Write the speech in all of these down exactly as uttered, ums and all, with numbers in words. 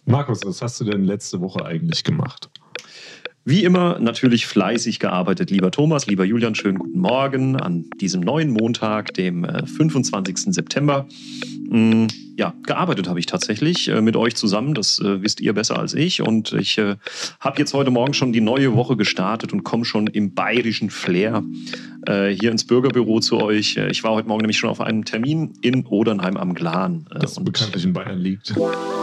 Markus, was hast du denn letzte Woche eigentlich gemacht? Wie immer natürlich fleißig gearbeitet, lieber Thomas, lieber Julian, schönen guten Morgen an diesem neuen Montag, dem äh, fünfundzwanzigsten September. Mm, ja, gearbeitet habe ich tatsächlich äh, mit euch zusammen, das äh, wisst ihr besser als ich. Und ich äh, habe jetzt heute Morgen schon die neue Woche gestartet und komme schon im bayerischen Flair äh, hier ins Bürgerbüro zu euch. Ich war heute Morgen nämlich schon auf einem Termin in Odernheim am Glan. Äh, das bekanntlich in Bayern liegt.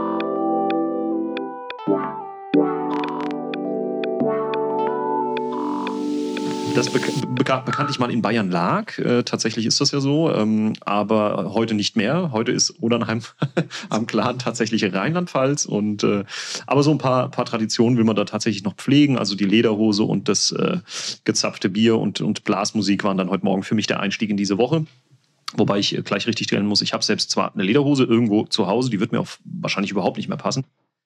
Das bek bek bekanntlich mal in Bayern lag. Äh, tatsächlich ist das ja so, ähm, aber heute nicht mehr. Heute ist Odernheim am Glan tatsächlich Rheinland-Pfalz. Und äh, aber so ein paar, paar Traditionen will man da tatsächlich noch pflegen. Also die Lederhose und das äh, gezapfte Bier und, und Blasmusik waren dann heute Morgen für mich der Einstieg in diese Woche. Wobei ich gleich richtig trennen muss, ich habe selbst zwar eine Lederhose irgendwo zu Hause, die wird mir auch wahrscheinlich überhaupt nicht mehr passen.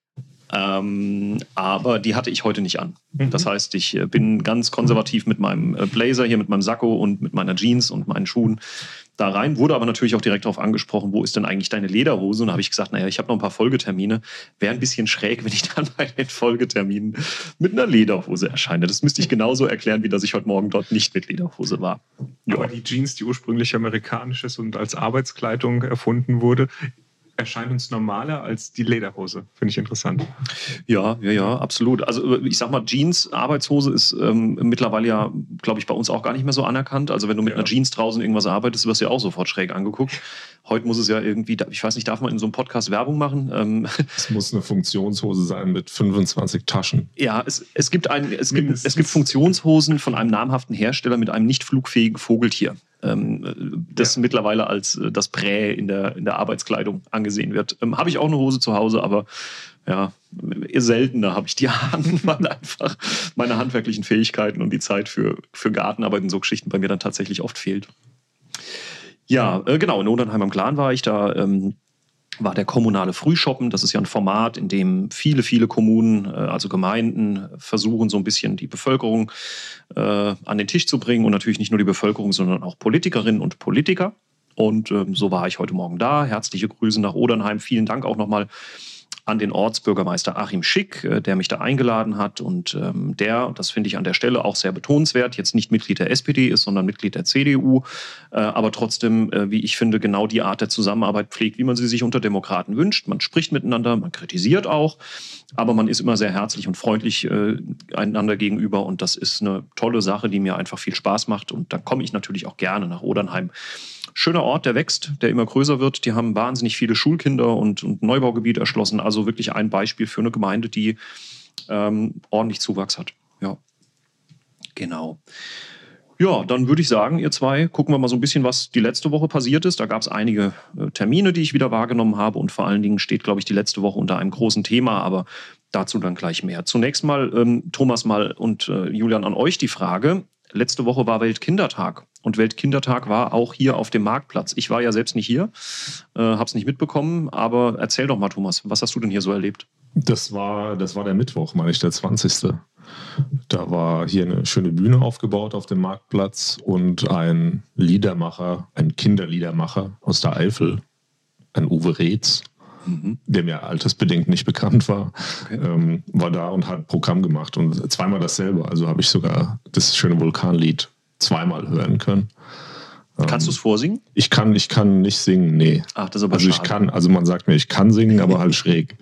Ähm, aber die hatte ich heute nicht an. Mhm. Das heißt, ich äh, bin ganz konservativ mit meinem äh, Blazer hier, mit meinem Sakko und mit meiner Jeans und meinen Schuhen da rein. Wurde aber natürlich auch direkt darauf angesprochen, wo ist denn eigentlich deine Lederhose? Und da habe ich gesagt, naja, ich habe noch ein paar Folgetermine. Wäre ein bisschen schräg, wenn ich dann bei den Folgeterminen mit einer Lederhose erscheine. Das müsste ich genauso erklären, wie dass ich heute Morgen dort nicht mit Lederhose war. Ja. Aber die Jeans, die ursprünglich amerikanisch ist und als Arbeitskleidung erfunden wurde, erscheint uns normaler als die Lederhose. Finde ich interessant. Ja, ja, ja, absolut. Also ich sag mal, Jeans, Arbeitshose ist ähm, mittlerweile ja, glaube ich, bei uns auch gar nicht mehr so anerkannt. Also wenn du mit ja. einer Jeans draußen irgendwas arbeitest, wirst du ja auch sofort schräg angeguckt. Heute muss es ja irgendwie, ich weiß nicht, darf man in so einem Podcast Werbung machen? Ähm, es muss eine Funktionshose sein mit fünfundzwanzig Taschen. Ja, es, es, gibt ein, es, gibt, es gibt Funktionshosen von einem namhaften Hersteller mit einem nicht flugfähigen Vogeltier. Ähm, das ja. mittlerweile als äh, das Prä in der, in der Arbeitskleidung angesehen wird. Ähm, habe ich auch eine Hose zu Hause, aber ja, eher seltener habe ich die an, weil einfach meine handwerklichen Fähigkeiten und die Zeit für, für Gartenarbeit und so Geschichten bei mir dann tatsächlich oft fehlt. Ja, äh, genau, in Odernheim am Glan war ich da. Ähm, war der kommunale Frühshoppen. Das ist ja ein Format, in dem viele, viele Kommunen, also Gemeinden, versuchen, so ein bisschen die Bevölkerung äh, an den Tisch zu bringen. Und natürlich nicht nur die Bevölkerung, sondern auch Politikerinnen und Politiker. Und ähm, so war ich heute Morgen da. Herzliche Grüße nach Odernheim. Vielen Dank auch nochmal an den Ortsbürgermeister Achim Schick, der mich da eingeladen hat und ähm, der, das finde ich an der Stelle auch sehr betonenswert, jetzt nicht Mitglied der S P D ist, sondern Mitglied der C D U, äh, aber trotzdem, äh, wie ich finde, genau die Art der Zusammenarbeit pflegt, wie man sie sich unter Demokraten wünscht. Man spricht miteinander, man kritisiert auch, aber man ist immer sehr herzlich und freundlich äh, einander gegenüber und das ist eine tolle Sache, die mir einfach viel Spaß macht und da komme ich natürlich auch gerne nach Odernheim. Schöner Ort, der wächst, der immer größer wird. Die haben wahnsinnig viele Schulkinder und, und Neubaugebiet erschlossen. Also wirklich ein Beispiel für eine Gemeinde, die ähm, ordentlich Zuwachs hat. Ja, genau. Ja, dann würde ich sagen, ihr zwei, gucken wir mal so ein bisschen, was die letzte Woche passiert ist. Da gab es einige äh, Termine, die ich wieder wahrgenommen habe. Und vor allen Dingen steht, glaube ich, die letzte Woche unter einem großen Thema. Aber dazu dann gleich mehr. Zunächst mal, ähm, Thomas mal und äh, Julian, an euch die Frage. Letzte Woche war Weltkindertag. Und Weltkindertag war auch hier auf dem Marktplatz. Ich war ja selbst nicht hier, äh, habe es nicht mitbekommen. Aber erzähl doch mal, Thomas, was hast du denn hier so erlebt? Das war, das war der Mittwoch, meine ich, der zwanzigste Da war hier eine schöne Bühne aufgebaut auf dem Marktplatz und ein Liedermacher, ein Kinderliedermacher aus der Eifel, ein Uwe Reetz, mhm. der mir altersbedingt nicht bekannt war, okay. ähm, war da und hat Programm gemacht. Und zweimal dasselbe. Also habe ich sogar das schöne Vulkanlied zweimal hören können. Kannst du es vorsingen? Ich kann, ich kann nicht singen, nee. Ach, das ist aber also schade. ich kann, also man sagt mir, ich kann singen, aber halt schräg.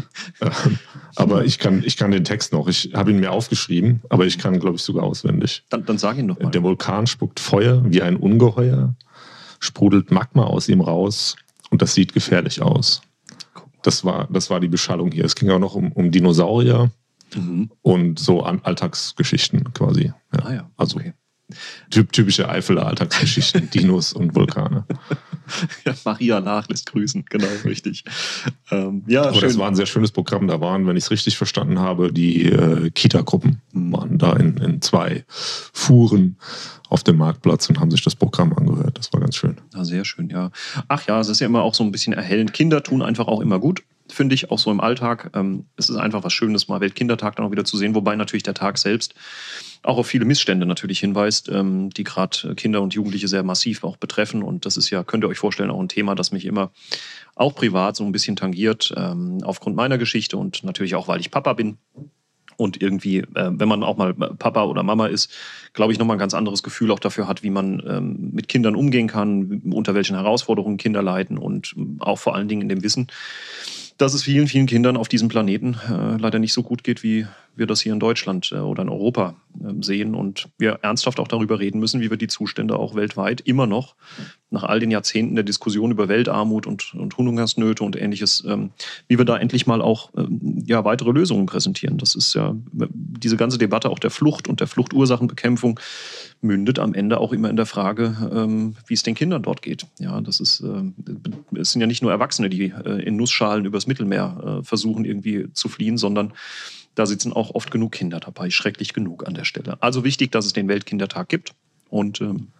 aber ich kann, ich kann den Text noch. Ich habe ihn mir aufgeschrieben, aber ich kann, glaube ich, sogar auswendig. Dann, dann sag ihn noch mal. Der Vulkan spuckt Feuer wie ein Ungeheuer, sprudelt Magma aus ihm raus und das sieht gefährlich aus. Das war, das war die Beschallung hier. Es ging auch noch um, um Dinosaurier mhm. und so an Alltagsgeschichten quasi. Ja. Ah ja, also okay. Typ, typische Eifeler Alltagsgeschichten, Dinos und Vulkane. Ja, Maria Nach lässt grüßen, genau, richtig. Ähm, ja, Aber schön. Das war ein sehr schönes Programm. Da waren, wenn ich es richtig verstanden habe, die äh, Kita-Gruppen mhm. waren da in, in zwei Fuhren auf dem Marktplatz und haben sich das Programm angehört. Das war ganz schön. Ja, sehr schön, ja. Ach ja, es ist ja immer auch so ein bisschen erhellend. Kinder tun einfach auch immer gut. finde ich, auch so im Alltag. Ähm, es ist einfach was Schönes, mal Weltkindertag dann auch wieder zu sehen, wobei natürlich der Tag selbst auch auf viele Missstände natürlich hinweist, ähm, die gerade Kinder und Jugendliche sehr massiv auch betreffen. Und das ist ja, könnt ihr euch vorstellen, auch ein Thema, das mich immer auch privat so ein bisschen tangiert, ähm, aufgrund meiner Geschichte und natürlich auch, weil ich Papa bin. Und irgendwie, äh, wenn man auch mal Papa oder Mama ist, glaube ich, nochmal ein ganz anderes Gefühl auch dafür hat, wie man ähm, mit Kindern umgehen kann, unter welchen Herausforderungen Kinder leiden und auch vor allen Dingen in dem Wissen, dass es vielen, vielen Kindern auf diesem Planeten äh, leider nicht so gut geht, wie wir das hier in Deutschland äh, oder in Europa äh, sehen. Und wir ernsthaft auch darüber reden müssen, wie wir die Zustände auch weltweit immer noch, nach all den Jahrzehnten der Diskussion über Weltarmut und, und Hungersnöte und Ähnliches, ähm, wie wir da endlich mal auch ähm, ja, weitere Lösungen präsentieren. Das ist ja diese ganze Debatte auch der Flucht und der Fluchtursachenbekämpfung mündet am Ende auch immer in der Frage, ähm, wie es den Kindern dort geht. Ja, das ist, äh, es sind ja nicht nur Erwachsene, die äh, in Nussschalen übers Mittelmeer äh, versuchen irgendwie zu fliehen, sondern da sitzen auch oft genug Kinder dabei, schrecklich genug an der Stelle. Also wichtig, dass es den Weltkindertag gibt. Und ähm,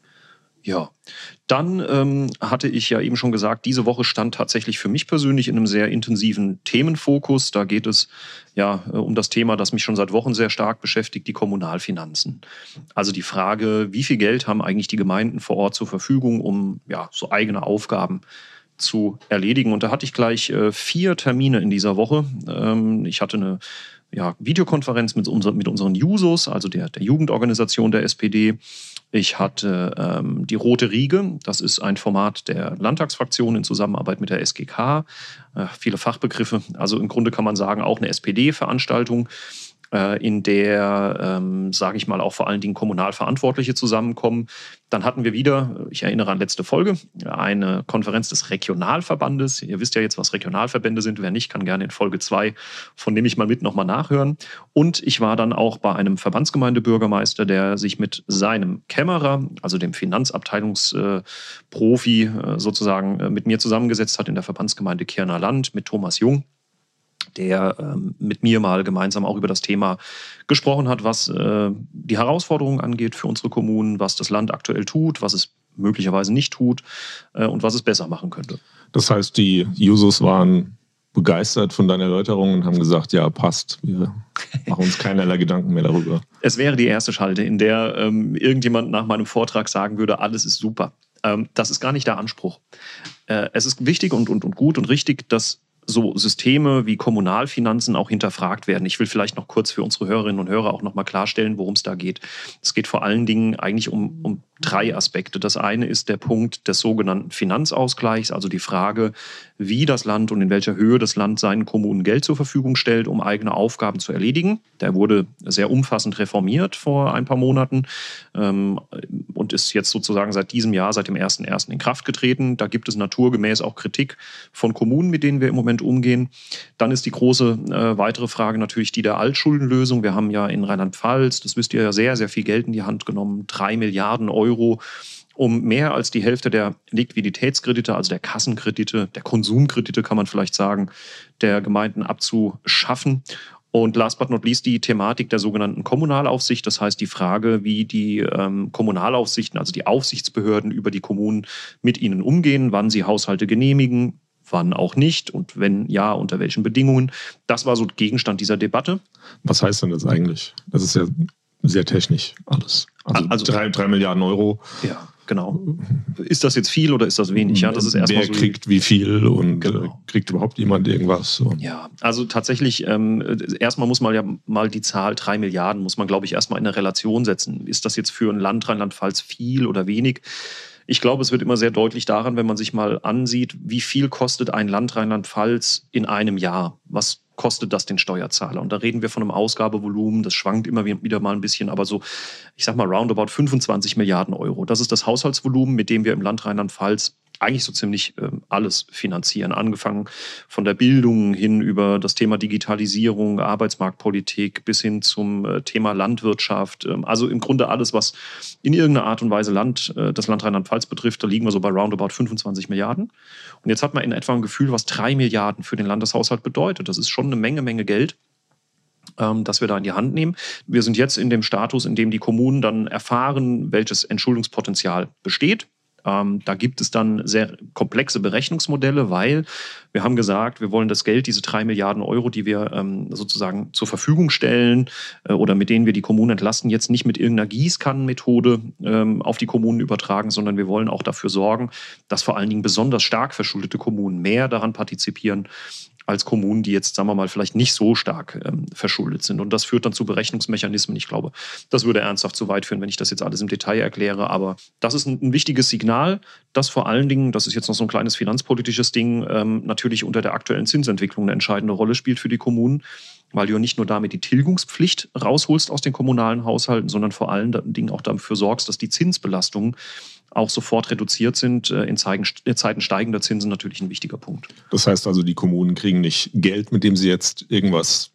ja, dann ähm, hatte ich ja eben schon gesagt, diese Woche stand tatsächlich für mich persönlich in einem sehr intensiven Themenfokus. Da geht es ja äh, um das Thema, das mich schon seit Wochen sehr stark beschäftigt, die Kommunalfinanzen. Also die Frage, wie viel Geld haben eigentlich die Gemeinden vor Ort zur Verfügung, um ja so eigene Aufgaben zu erledigen. Und da hatte ich gleich äh, vier Termine in dieser Woche. Ähm, ich hatte eine ja, Videokonferenz mit, unser, mit unseren Jusos, also der, der Jugendorganisation der S P D. Ich hatte ähm, die Rote Riege, das ist ein Format der Landtagsfraktion in Zusammenarbeit mit der S G K. Äh, viele Fachbegriffe, also im Grunde kann man sagen, auch eine S P D-Veranstaltung, äh, in der, ähm, sage ich mal, auch vor allen Dingen Kommunalverantwortliche zusammenkommen. Dann hatten wir wieder, ich erinnere an letzte Folge, eine Konferenz des Regionalverbandes. Ihr wisst ja jetzt, was Regionalverbände sind. Wer nicht, kann gerne in Folge zwei von Nehme ich mal mit nochmal nachhören. Und ich war dann auch bei einem Verbandsgemeindebürgermeister, der sich mit seinem Kämmerer, also dem Finanzabteilungsprofi äh, sozusagen, äh, mit mir zusammengesetzt hat in der Verbandsgemeinde Kirner Land mit Thomas Jung, der ähm, mit mir mal gemeinsam auch über das Thema gesprochen hat, was äh, die Herausforderungen angeht für unsere Kommunen, was das Land aktuell tut, was es möglicherweise nicht tut äh, und was es besser machen könnte. Das heißt, die Jusos waren begeistert von deiner Erläuterung und haben gesagt, ja, passt, wir machen uns keinerlei Gedanken mehr darüber. Es wäre die erste Schalte, in der ähm, irgendjemand nach meinem Vortrag sagen würde, alles ist super. Ähm, das ist gar nicht der Anspruch. Äh, es ist wichtig und, und, und gut und richtig, dass so Systeme wie Kommunalfinanzen auch hinterfragt werden. Ich will vielleicht noch kurz für unsere Hörerinnen und Hörer auch noch mal klarstellen, worum es da geht. Es geht vor allen Dingen eigentlich um, um drei Aspekte. Das eine ist der Punkt des sogenannten Finanzausgleichs, also die Frage, wie das Land und in welcher Höhe das Land seinen Kommunen Geld zur Verfügung stellt, um eigene Aufgaben zu erledigen. Der wurde sehr umfassend reformiert vor ein paar Monaten ähm, und ist jetzt sozusagen seit diesem Jahr, seit dem ersten ersten in Kraft getreten. Da gibt es naturgemäß auch Kritik von Kommunen, mit denen wir im Moment umgehen. Dann ist die große äh, weitere Frage natürlich die der Altschuldenlösung. Wir haben ja in Rheinland-Pfalz, das wisst ihr ja, sehr, sehr viel Geld in die Hand genommen, drei Milliarden Euro, um mehr als die Hälfte der Liquiditätskredite, also der Kassenkredite, der Konsumkredite, kann man vielleicht sagen, der Gemeinden abzuschaffen. Und last but not least die Thematik der sogenannten Kommunalaufsicht, das heißt die Frage, wie die ähm, Kommunalaufsichten, also die Aufsichtsbehörden über die Kommunen mit ihnen umgehen, wann sie Haushalte genehmigen, wann auch nicht und wenn ja, unter welchen Bedingungen. Das war so Gegenstand dieser Debatte. Was heißt denn das eigentlich? Das ist ja sehr technisch alles. Also, also drei, drei Milliarden Euro. Ja, genau. Ist das jetzt viel oder ist das wenig? Ja, das ist erstmal Wer so kriegt wie viel und genau. äh, kriegt überhaupt jemand irgendwas? Und ja, also tatsächlich, ähm, erstmal muss man ja mal die Zahl drei Milliarden, muss man, glaube ich, erstmal in eine Relation setzen. Ist das jetzt für ein Land Rheinland-Pfalz viel oder wenig? Ich glaube, es wird immer sehr deutlich daran, wenn man sich mal ansieht, wie viel kostet ein Land Rheinland-Pfalz in einem Jahr? Was kostet das den Steuerzahler? Und da reden wir von einem Ausgabevolumen, das schwankt immer wieder mal ein bisschen, aber so, ich sag mal, roundabout fünfundzwanzig Milliarden Euro. Das ist das Haushaltsvolumen, mit dem wir im Land Rheinland-Pfalz eigentlich so ziemlich äh, alles finanzieren. Angefangen von der Bildung hin über das Thema Digitalisierung, Arbeitsmarktpolitik bis hin zum äh, Thema Landwirtschaft. Ähm, also im Grunde alles, was in irgendeiner Art und Weise Land, äh, das Land Rheinland-Pfalz betrifft, da liegen wir so bei roundabout fünfundzwanzig Milliarden. Und jetzt hat man in etwa ein Gefühl, was drei Milliarden für den Landeshaushalt bedeutet. Das ist schon eine Menge, Menge Geld, ähm, das wir da in die Hand nehmen. Wir sind jetzt in dem Status, in dem die Kommunen dann erfahren, welches Entschuldungspotenzial besteht. Ähm, da gibt es dann sehr komplexe Berechnungsmodelle, weil wir haben gesagt, wir wollen das Geld, diese drei Milliarden Euro, die wir ähm, sozusagen zur Verfügung stellen äh, oder mit denen wir die Kommunen entlasten, jetzt nicht mit irgendeiner Gießkannenmethode ähm, auf die Kommunen übertragen, sondern wir wollen auch dafür sorgen, dass vor allen Dingen besonders stark verschuldete Kommunen mehr daran partizipieren als Kommunen, die jetzt, sagen wir mal, vielleicht nicht so stark ähm, verschuldet sind. Und das führt dann zu Berechnungsmechanismen. Ich glaube, das würde ernsthaft zu weit führen, wenn ich das jetzt alles im Detail erkläre. Aber das ist ein, ein wichtiges Signal, dass vor allen Dingen, das ist jetzt noch so ein kleines finanzpolitisches Ding, ähm, natürlich unter der aktuellen Zinsentwicklung eine entscheidende Rolle spielt für die Kommunen, weil du ja nicht nur damit die Tilgungspflicht rausholst aus den kommunalen Haushalten, sondern vor allen Dingen auch dafür sorgst, dass die Zinsbelastungen auch sofort reduziert sind. In Zeiten steigender Zinsen natürlich ein wichtiger Punkt. Das heißt also, die Kommunen kriegen nicht Geld, mit dem sie jetzt irgendwas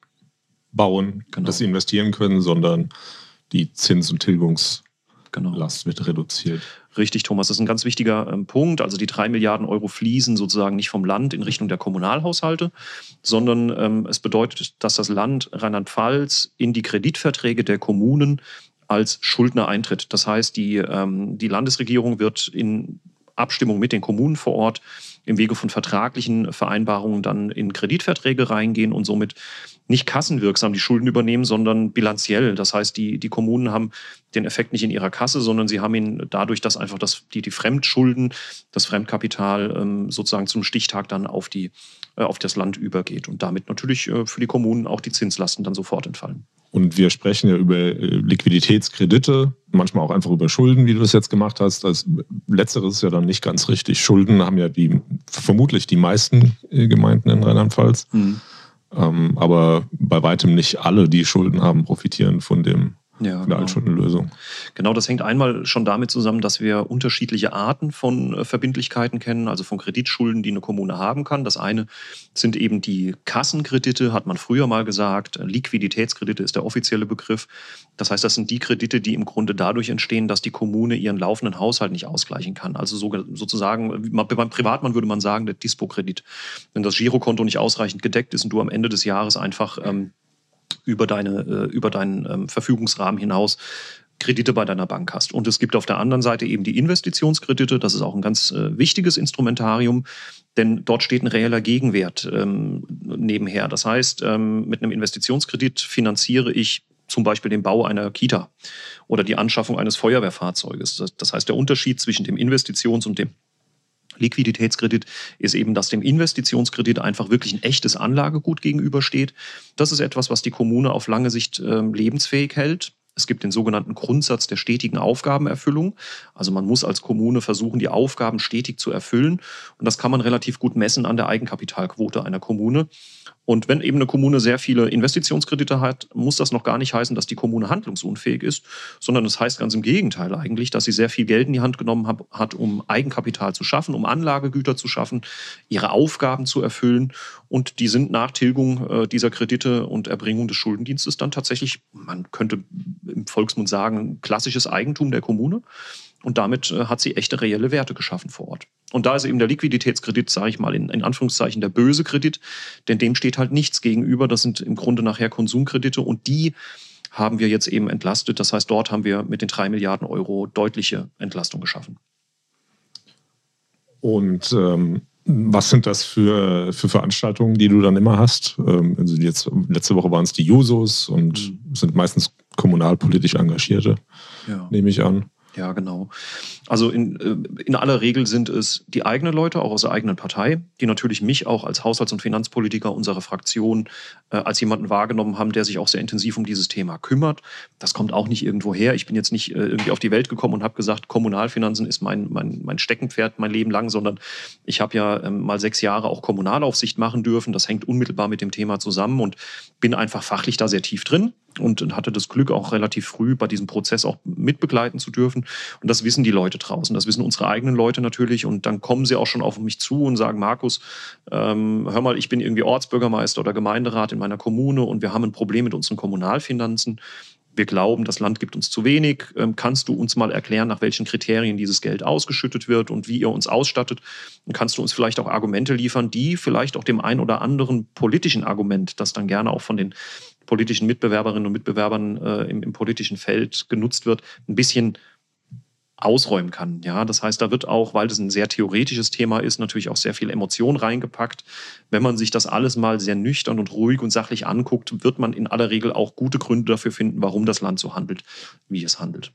bauen, genau, das sie investieren können, sondern die Zins- und Tilgungslast genau. wird reduziert. Richtig, Thomas, das ist ein ganz wichtiger ähm, Punkt. Also die drei Milliarden Euro fließen sozusagen nicht vom Land in Richtung der Kommunalhaushalte, sondern ähm, es bedeutet, dass das Land Rheinland-Pfalz in die Kreditverträge der Kommunen als Schuldner eintritt. Das heißt, die, ähm, die Landesregierung wird in Abstimmung mit den Kommunen vor Ort im Wege von vertraglichen Vereinbarungen dann in Kreditverträge reingehen und somit nicht kassenwirksam die Schulden übernehmen, sondern bilanziell. Das heißt, die, die Kommunen haben den Effekt nicht in ihrer Kasse, sondern sie haben ihn dadurch, dass einfach das, die, die Fremdschulden, das Fremdkapital ähm, sozusagen zum Stichtag dann auf, die, äh, auf das Land übergeht und damit natürlich äh, für die Kommunen auch die Zinslasten dann sofort entfallen. Und wir sprechen ja über Liquiditätskredite, manchmal auch einfach über Schulden, wie du das jetzt gemacht hast. Das Letzteres ist ja dann nicht ganz richtig. Schulden haben ja die, vermutlich die meisten Gemeinden in Rheinland-Pfalz. Mhm. Ähm, aber bei weitem nicht alle, die Schulden haben, profitieren von dem Ja, von der genau. Altschuldenlösung. Genau, das hängt einmal schon damit zusammen, dass wir unterschiedliche Arten von äh, Verbindlichkeiten kennen, also von Kreditschulden, die eine Kommune haben kann. Das eine sind eben die Kassenkredite, hat man früher mal gesagt. Liquiditätskredite ist der offizielle Begriff. Das heißt, das sind die Kredite, die im Grunde dadurch entstehen, dass die Kommune ihren laufenden Haushalt nicht ausgleichen kann. Also so, sozusagen, beim Privatmann würde man sagen, der Dispo-Kredit. Wenn das Girokonto nicht ausreichend gedeckt ist und du am Ende des Jahres einfach ähm, über, deine, äh, über deinen ähm, Verfügungsrahmen hinaus Kredite bei deiner Bank hast. Und es gibt auf der anderen Seite eben die Investitionskredite. Das ist auch ein ganz äh, wichtiges Instrumentarium, denn dort steht ein reeller Gegenwert ähm, nebenher. Das heißt, ähm, mit einem Investitionskredit finanziere ich zum Beispiel den Bau einer Kita oder die Anschaffung eines Feuerwehrfahrzeuges. Das, das heißt, der Unterschied zwischen dem Investitions- und dem Liquiditätskredit ist eben, dass dem Investitionskredit einfach wirklich ein echtes Anlagegut gegenübersteht. Das ist etwas, was die Kommune auf lange Sicht äh, lebensfähig hält. Es gibt den sogenannten Grundsatz der stetigen Aufgabenerfüllung. Also man muss als Kommune versuchen, die Aufgaben stetig zu erfüllen. Und das kann man relativ gut messen an der Eigenkapitalquote einer Kommune. Und wenn eben eine Kommune sehr viele Investitionskredite hat, muss das noch gar nicht heißen, dass die Kommune handlungsunfähig ist, sondern das heißt ganz im Gegenteil eigentlich, dass sie sehr viel Geld in die Hand genommen hat, um Eigenkapital zu schaffen, um Anlagegüter zu schaffen, ihre Aufgaben zu erfüllen. Und die sind nach Tilgung dieser Kredite und Erbringung des Schuldendienstes dann tatsächlich, man könnte im Volksmund sagen, klassisches Eigentum der Kommune. Und damit äh, hat sie echte reelle Werte geschaffen vor Ort. Und da ist eben der Liquiditätskredit, sage ich mal, in, in Anführungszeichen der böse Kredit, denn dem steht halt nichts gegenüber. Das sind im Grunde nachher Konsumkredite und die haben wir jetzt eben entlastet. Das heißt, dort haben wir mit den drei Milliarden Euro deutliche Entlastung geschaffen. Und ähm, was sind das für, für Veranstaltungen, die du dann immer hast? Ähm, also jetzt, letzte Woche waren es die Jusos und mhm. sind meistens kommunalpolitisch Engagierte, ja. nehme ich an. Ja, genau. Also in, in aller Regel sind es die eigenen Leute, auch aus der eigenen Partei, die natürlich mich auch als Haushalts- und Finanzpolitiker unserer Fraktion äh, als jemanden wahrgenommen haben, der sich auch sehr intensiv um dieses Thema kümmert. Das kommt auch nicht irgendwo her. Ich bin jetzt nicht äh, irgendwie auf die Welt gekommen und habe gesagt, Kommunalfinanzen ist mein, mein, mein Steckenpferd mein Leben lang, sondern ich habe ja ähm, mal sechs Jahre auch Kommunalaufsicht machen dürfen. Das hängt unmittelbar mit dem Thema zusammen und bin einfach fachlich da sehr tief drin. Und hatte das Glück, auch relativ früh bei diesem Prozess auch mitbegleiten zu dürfen. Und das wissen die Leute draußen, das wissen unsere eigenen Leute natürlich. Und dann kommen sie auch schon auf mich zu und sagen, Markus, ähm, hör mal, ich bin irgendwie Ortsbürgermeister oder Gemeinderat in meiner Kommune und wir haben ein Problem mit unseren Kommunalfinanzen. Wir glauben, das Land gibt uns zu wenig. Ähm, kannst du uns mal erklären, nach welchen Kriterien dieses Geld ausgeschüttet wird und wie ihr uns ausstattet? Und kannst du uns vielleicht auch Argumente liefern, die vielleicht auch dem ein oder anderen politischen Argument, das dann gerne auch von den politischen Mitbewerberinnen und Mitbewerbern äh, im, im politischen Feld genutzt wird, ein bisschen ausräumen kann. Ja, das heißt, da wird auch, weil das ein sehr theoretisches Thema ist, natürlich auch sehr viel Emotion reingepackt. Wenn man sich das alles mal sehr nüchtern und ruhig und sachlich anguckt, wird man in aller Regel auch gute Gründe dafür finden, warum das Land so handelt, wie es handelt.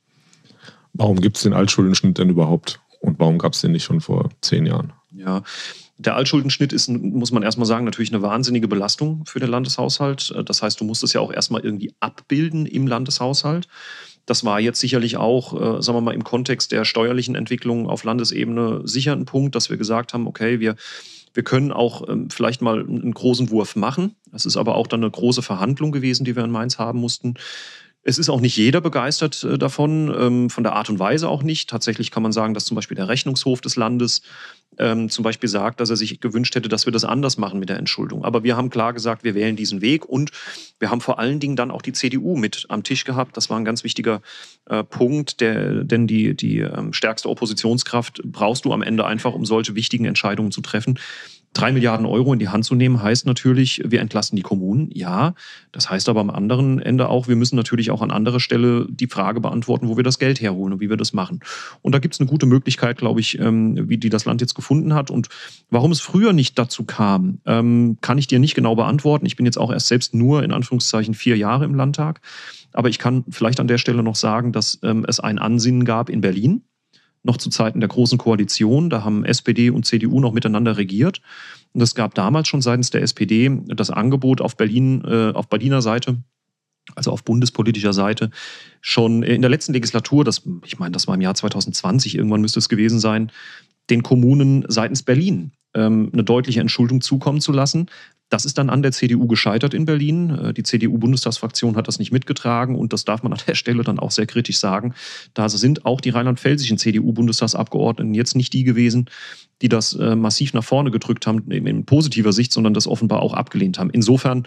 Warum gibt es den Altschuldenschnitt denn überhaupt? Und warum gab es den nicht schon vor zehn Jahren? Ja, der Altschuldenschnitt ist, muss man erstmal sagen, natürlich eine wahnsinnige Belastung für den Landeshaushalt. Das heißt, du musst es ja auch erstmal irgendwie abbilden im Landeshaushalt. Das war jetzt sicherlich auch, äh, sagen wir mal, im Kontext der steuerlichen Entwicklung auf Landesebene sicher ein Punkt, dass wir gesagt haben, okay, wir, wir können auch ähm, vielleicht mal einen großen Wurf machen. Das ist aber auch dann eine große Verhandlung gewesen, die wir in Mainz haben mussten. Es ist auch nicht jeder begeistert äh, davon, ähm, von der Art und Weise auch nicht. Tatsächlich kann man sagen, dass zum Beispiel der Rechnungshof des Landes ähm, zum Beispiel sagt, dass er sich gewünscht hätte, dass wir das anders machen mit der Entschuldung. Aber wir haben klar gesagt, wir wählen diesen Weg und wir haben vor allen Dingen dann auch die C D U mit am Tisch gehabt. Das war ein ganz wichtiger äh, Punkt, der, denn die, die ähm, stärkste Oppositionskraft brauchst du am Ende einfach, um solche wichtigen Entscheidungen zu treffen. Drei Milliarden Euro in die Hand zu nehmen, heißt natürlich, wir entlasten die Kommunen. Ja, das heißt aber am anderen Ende auch, wir müssen natürlich auch an anderer Stelle die Frage beantworten, wo wir das Geld herholen und wie wir das machen. Und da gibt es eine gute Möglichkeit, glaube ich, wie die das Land jetzt gefunden hat. Und warum es früher nicht dazu kam, kann ich dir nicht genau beantworten. Ich bin jetzt auch erst selbst nur in Anführungszeichen vier Jahre im Landtag. Aber ich kann vielleicht an der Stelle noch sagen, dass es ein Ansinnen gab in Berlin, noch zu Zeiten der Großen Koalition. Da haben S P D und C D U noch miteinander regiert. Und es gab damals schon seitens der S P D das Angebot auf Berlin, äh, auf Berliner Seite, also auf bundespolitischer Seite, schon in der letzten Legislatur, das, ich meine, das war im Jahr zwanzig zwanzig, irgendwann müsste es gewesen sein, den Kommunen seitens Berlin ähm, eine deutliche Entschuldung zukommen zu lassen. Das ist dann an der C D U gescheitert in Berlin. Die C D U-Bundestagsfraktion hat das nicht mitgetragen und das darf man an der Stelle dann auch sehr kritisch sagen. Da sind auch die rheinland-pfälzischen C D U-Bundestagsabgeordneten jetzt nicht die gewesen, die das äh, massiv nach vorne gedrückt haben, in, in positiver Sicht, sondern das offenbar auch abgelehnt haben. Insofern,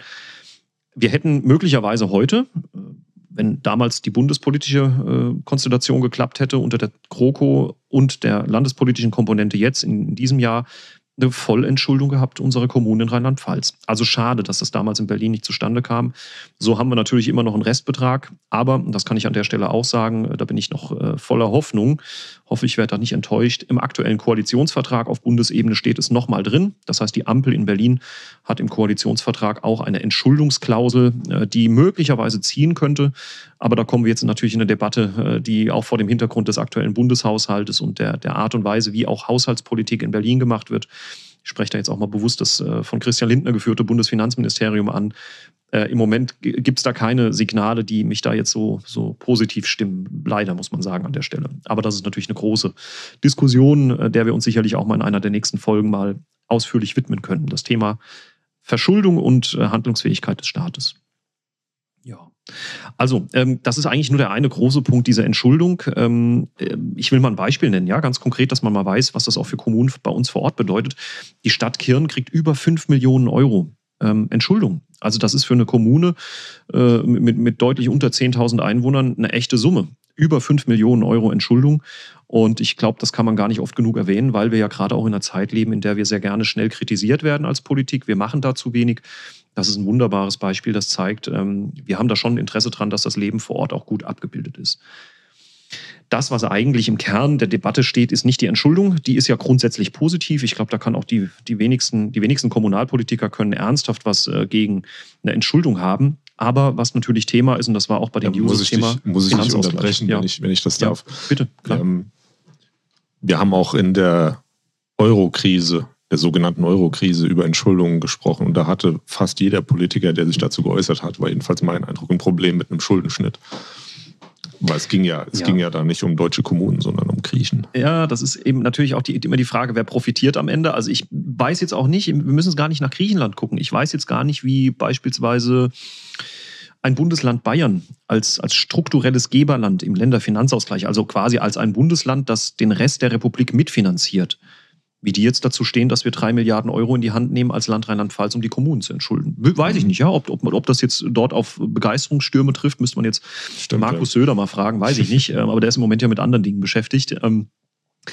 wir hätten möglicherweise heute, wenn damals die bundespolitische äh, Konstellation geklappt hätte, unter der GroKo und der landespolitischen Komponente jetzt in, in diesem Jahr, eine Vollentschuldung gehabt unserer Kommunen in Rheinland-Pfalz. Also schade, dass das damals in Berlin nicht zustande kam. So haben wir natürlich immer noch einen Restbetrag, aber, und das kann ich an der Stelle auch sagen, da bin ich noch äh, voller Hoffnung, hoffe, ich werde da nicht enttäuscht. Im aktuellen Koalitionsvertrag auf Bundesebene steht es nochmal drin. Das heißt, die Ampel in Berlin hat im Koalitionsvertrag auch eine Entschuldungsklausel, äh, die möglicherweise ziehen könnte. Aber da kommen wir jetzt natürlich in eine Debatte, äh, die auch vor dem Hintergrund des aktuellen Bundeshaushaltes und der, der Art und Weise, wie auch Haushaltspolitik in Berlin gemacht wird. Ich spreche da jetzt auch mal bewusst das äh, von Christian Lindner geführte Bundesfinanzministerium an. Äh, Im Moment g- gibt es da keine Signale, die mich da jetzt so, so positiv stimmen. Leider, muss man sagen, an der Stelle. Aber das ist natürlich eine große Diskussion, äh, der wir uns sicherlich auch mal in einer der nächsten Folgen mal ausführlich widmen können. Das Thema Verschuldung und äh, Handlungsfähigkeit des Staates. Ja. Also, ähm, das ist eigentlich nur der eine große Punkt dieser Entschuldung. Ähm, äh, ich will mal ein Beispiel nennen, ja, ganz konkret, dass man mal weiß, was das auch für Kommunen bei uns vor Ort bedeutet. Die Stadt Kirn kriegt über fünf Millionen Euro ähm, Entschuldung. Also das ist für eine Kommune äh, mit, mit deutlich unter zehntausend Einwohnern eine echte Summe. Über fünf Millionen Euro Entschuldung. Und ich glaube, das kann man gar nicht oft genug erwähnen, weil wir ja gerade auch in einer Zeit leben, in der wir sehr gerne schnell kritisiert werden als Politik. Wir machen da zu wenig. Das ist ein wunderbares Beispiel, das zeigt, ähm, wir haben da schon Interesse dran, dass das Leben vor Ort auch gut abgebildet ist. Das, was eigentlich im Kern der Debatte steht, ist nicht die Entschuldung. Die ist ja grundsätzlich positiv. Ich glaube, da kann auch die, die, wenigsten, die wenigsten Kommunalpolitiker können ernsthaft was äh, gegen eine Entschuldung haben. Aber was natürlich Thema ist, und das war auch bei den ja, Users Thema. Dich, muss ich dich unterbrechen, ja. wenn, ich, wenn ich das darf? Ja, bitte, klar. Ähm, wir haben auch in der Euro-Krise, der sogenannten Euro-Krise, über Entschuldungen gesprochen. Und da hatte fast jeder Politiker, der sich dazu geäußert hat, war jedenfalls mein Eindruck, ein Problem mit einem Schuldenschnitt. Weil es ging ja, es ja. ging ja da nicht um deutsche Kommunen, sondern um Griechen. Ja, das ist eben natürlich auch die, immer die Frage, wer profitiert am Ende. Also ich weiß jetzt auch nicht, wir müssen es gar nicht nach Griechenland gucken. Ich weiß jetzt gar nicht, wie beispielsweise ein Bundesland Bayern als, als strukturelles Geberland im Länderfinanzausgleich, also quasi als ein Bundesland, das den Rest der Republik mitfinanziert, wie die jetzt dazu stehen, dass wir drei Milliarden Euro in die Hand nehmen als Land Rheinland-Pfalz, um die Kommunen zu entschulden. Weiß ich nicht, ja, ob, ob, ob das jetzt dort auf Begeisterungsstürme trifft, müsste man jetzt Stimmt, Markus ja. Söder mal fragen, weiß ich nicht. Aber der ist im Moment ja mit anderen Dingen beschäftigt.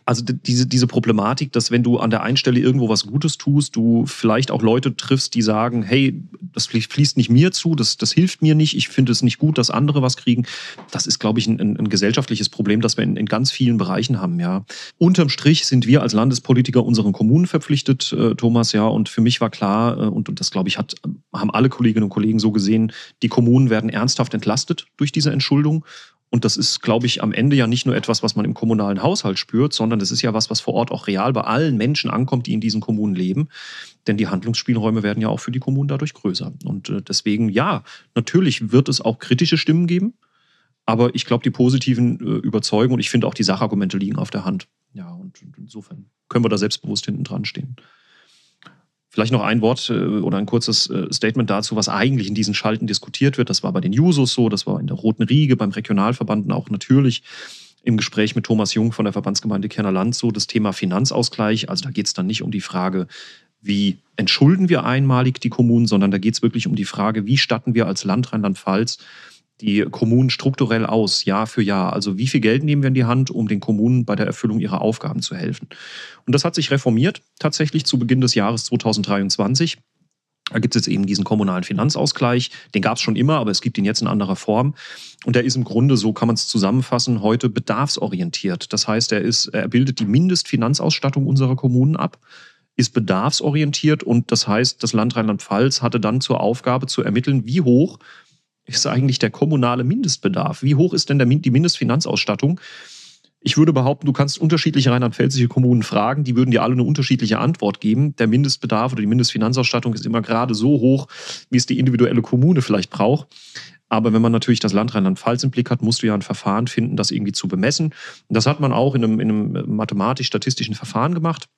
Also diese, diese Problematik, dass wenn du an der einen Stelle irgendwo was Gutes tust, du vielleicht auch Leute triffst, die sagen, hey, das fließt nicht mir zu, das, das hilft mir nicht, ich finde es nicht gut, dass andere was kriegen. Das ist, glaube ich, ein, ein gesellschaftliches Problem, das wir in, in ganz vielen Bereichen haben. Ja. Unterm Strich sind wir als Landespolitiker unseren Kommunen verpflichtet, äh, Thomas, ja, und für mich war klar, äh, und, und das, glaube ich, hat, haben alle Kolleginnen und Kollegen so gesehen, die Kommunen werden ernsthaft entlastet durch diese Entschuldung. Und das ist, glaube ich, am Ende ja nicht nur etwas, was man im kommunalen Haushalt spürt, sondern das ist ja was, was vor Ort auch real bei allen Menschen ankommt, die in diesen Kommunen leben. Denn die Handlungsspielräume werden ja auch für die Kommunen dadurch größer. Und deswegen, ja, natürlich wird es auch kritische Stimmen geben. Aber ich glaube, die positiven äh, überzeugen und ich finde auch, die Sachargumente liegen auf der Hand. Ja, und insofern können wir da selbstbewusst hinten dran stehen. Vielleicht noch ein Wort oder ein kurzes Statement dazu, was eigentlich in diesen Schalten diskutiert wird. Das war bei den Jusos so, das war in der Roten Riege, beim Regionalverband auch natürlich im Gespräch mit Thomas Jung von der Verbandsgemeinde Kärntner Land so, das Thema Finanzausgleich. Also da geht es dann nicht um die Frage, wie entschulden wir einmalig die Kommunen, sondern da geht es wirklich um die Frage, wie statten wir als Land Rheinland-Pfalz die Kommunen strukturell aus, Jahr für Jahr. Also wie viel Geld nehmen wir in die Hand, um den Kommunen bei der Erfüllung ihrer Aufgaben zu helfen. Und das hat sich reformiert, tatsächlich zu Beginn des Jahres zweitausenddreiundzwanzig. Da gibt es jetzt eben diesen kommunalen Finanzausgleich. Den gab es schon immer, aber es gibt ihn jetzt in anderer Form. Und der ist im Grunde, so kann man es zusammenfassen, heute bedarfsorientiert. Das heißt, er, ist, er bildet die Mindestfinanzausstattung unserer Kommunen ab, ist bedarfsorientiert und das heißt, das Land Rheinland-Pfalz hatte dann zur Aufgabe zu ermitteln, wie hoch ist eigentlich der kommunale Mindestbedarf? Wie hoch ist denn der, die Mindestfinanzausstattung? Ich würde behaupten, du kannst unterschiedliche rheinland-pfälzische Kommunen fragen, die würden dir alle eine unterschiedliche Antwort geben. Der Mindestbedarf oder die Mindestfinanzausstattung ist immer gerade so hoch, wie es die individuelle Kommune vielleicht braucht. Aber wenn man natürlich das Land Rheinland-Pfalz im Blick hat, musst du ja ein Verfahren finden, das irgendwie zu bemessen. Und das hat man auch in einem, in einem mathematisch-statistischen Verfahren gemacht,